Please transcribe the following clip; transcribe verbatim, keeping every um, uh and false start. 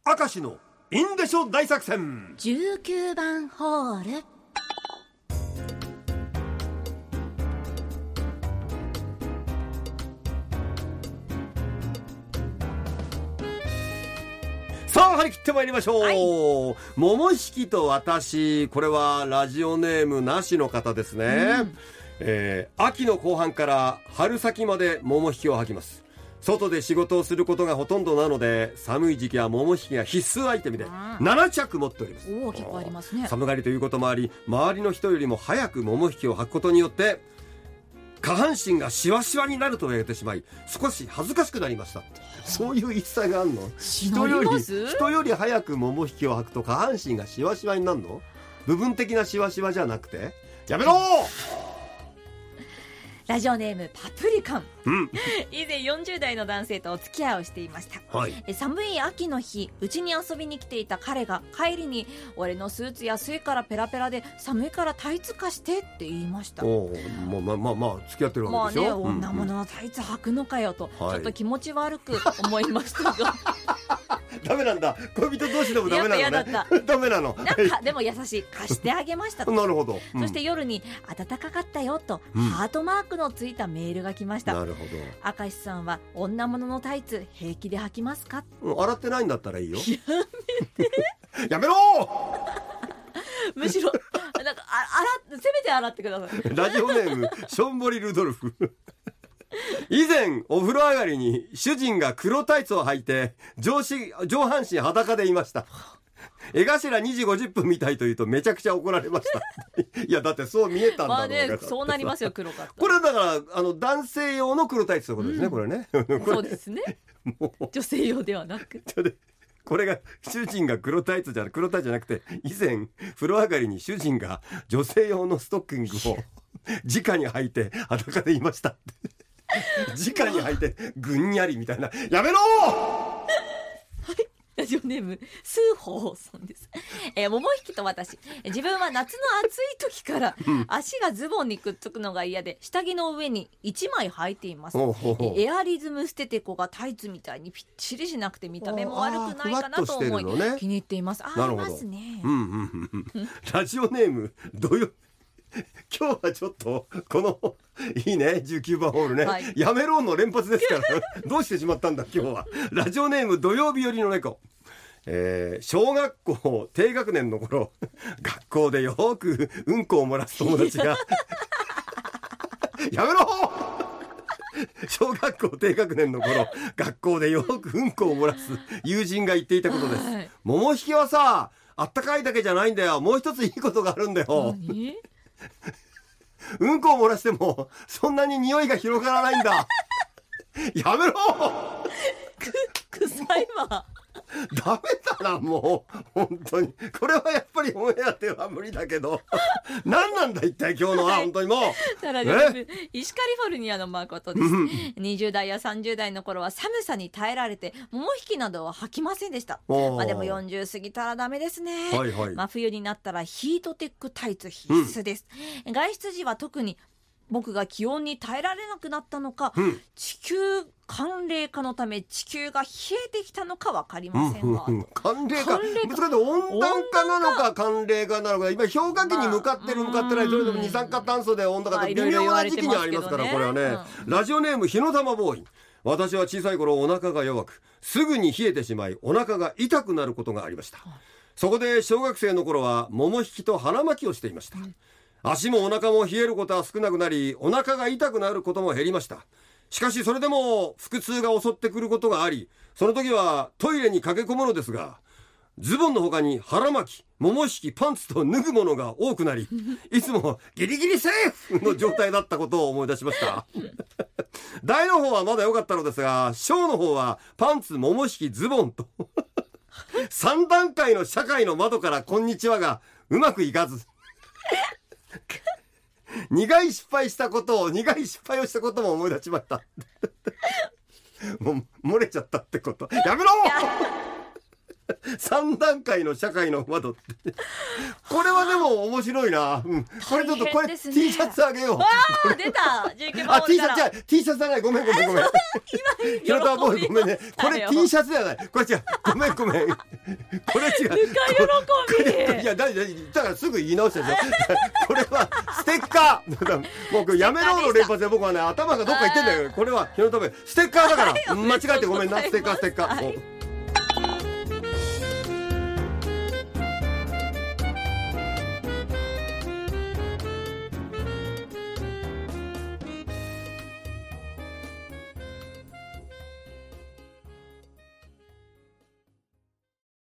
明石のインデショ大作戦じゅうきゅうばんホール。 さあ張り切ってまいりましょう、 はい、 桃引きと私、これはラジオネームなしの方ですね、うんえー、秋の後半から春先まで桃引きを履きます。外で仕事をすることがほとんどなので、寒い時期は桃引きが必須アイテムでななちゃく持っております。 おー、結構ありますね。 寒がりということもあり、周りの人よりも早く桃引きを履くことによって下半身がシワシワになると言われてしまい、少し恥ずかしくなりました。そういう一切があるの？人より人より早く桃引きを履くと下半身がシワシワになるの？部分的なシワシワじゃなくて？やめろラジオネームパプリカン、 うん、 以前よんじゅう代の男性とお付き合いをしていました、 はい、 え寒い秋の日、うちに遊びに来ていた彼が帰りに、俺のスーツ安いからペラペラで寒いからタイツ貸してって言いました。 おまあまあまあまあ付き合ってるわけでしょ。 まあね、女物のタイツ履くのかよと、 うんうん、 ちょっと気持ち悪く思いましたが、 はい、ダメなんだ、恋人同士でもダメなのね。 やっぱ嫌だったダメなの。 なんかでも優しい、貸してあげましたとなるほど、 うん、そして夜に暖かかったよと、うん、ハートマークのついたメールが来ました。 なるほど。 明石さんは女物のタイツ平気で履きますか？ うん、洗ってないんだったらいいよ。 やめてやめろむしろなんかあ洗せめて洗ってください。 ラジオネームしょんぼりルドルフ以前お風呂上がりに主人が黒タイツを履いて 上, 上半身裸でいました。江頭にじごじゅっぷんみたいと言うとめちゃくちゃ怒られましたいやだってそう見えたんだろうが、まあね、 そうなりますよ、黒かった。 これだからあの男性用の黒タイツということですね、うん、これねそうですね女性用ではなくこれが主人が黒タイツじゃ黒タイツじゃなくて、以前風呂上がりに主人が女性用のストッキングを直に履いて裸でいました直に履いてぐんやりみたいな。やめろラジオネームスーホーさんです、えー、桃引きと私、自分は夏の暑い時から足がズボンにくっつくのが嫌で下着の上にいちまい履いています。エアリズムステテコがタイツみたいにぴっちりしなくて見た目も悪くないかなと思い、ね、気に入っています。あありますね、うんうんうん、 ラジオネームどよ今日はちょっとこのいいねじゅうきゅうばんホールね、はい、やめろの連発ですからどうしてしまったんだ今日は。ラジオネーム土曜日よりの猫、えー、小学校低学年の頃学校でよくうんこを漏らす友達がやめろ小学校低学年の頃学校でよくうんこを漏らす友人が言っていたことです、はい、桃引きはさあったかいだけじゃないんだよ、もう一ついいことがあるんだよ。うんこを漏らしてもそんなに匂いが広がらないんだやめろく臭いわダメだなもう本当に。これはやっぱりオンエアでは無理だけど何なんだ一体今日のは、はい、本当にもうさらに石カリフォルニアの誠ですにじゅう代やさんじゅう代の頃は寒さに耐えられて桃引きなどは履きませんでした。まあ、でもよんじゅう過ぎたらダメですね、はいはい、まあ、冬になったらヒートテックタイツ必須です、うん、外出時は特に僕が気温に耐えられなくなったのか、うん、地球寒冷化のため地球が冷えてきたのか分かりませんが、うんうん、 寒冷化難しい。温暖化なのか寒冷化なのか、今氷河期に向かってる向かってない、それでも二酸化炭素で温暖化って微妙な時期にありますから、これはね、うん、ラジオネーム火の玉ボーイ、私は小さい頃お腹が弱くすぐに冷えてしまいお腹が痛くなることがありました。そこで小学生の頃は桃引きと腹巻きをしていました。足もお腹も冷えることは少なくなり、お腹が痛くなることも減りました。しかしそれでも腹痛が襲ってくることがあり、その時はトイレに駆け込むのですが、ズボンの他に腹巻き、桃引き、パンツと脱ぐものが多くなり、いつもギリギリセーフの状態だったことを思い出しました大の方はまだ良かったのですが、小の方はパンツ、桃引き、ズボンとさん段階の社会の窓からこんにちはがうまくいかず苦い失敗したことを苦い失敗をしたことも思い出しましたもう漏れちゃったってこと。やめろさんだんかいの社会の窓ってこれはでも面白いな、うん、これちょっとこれ T シャツあげよう。 わー出た ジェイケー ボールから。 あ T シャツじゃ T シャツじゃない、ごめんごめんごめんひろたまボーイごめんね、これ T シャツじゃない、これ違う、ごめんごめんこれ違う、 ぬか喜び。 いやだだからすぐ言い直したでしょこれはステッカーもうやめろの連発で僕はね頭がどっか行ってんだよ。これはひろたまステッカーだから間違えてごめんな、ステッカーステッカー。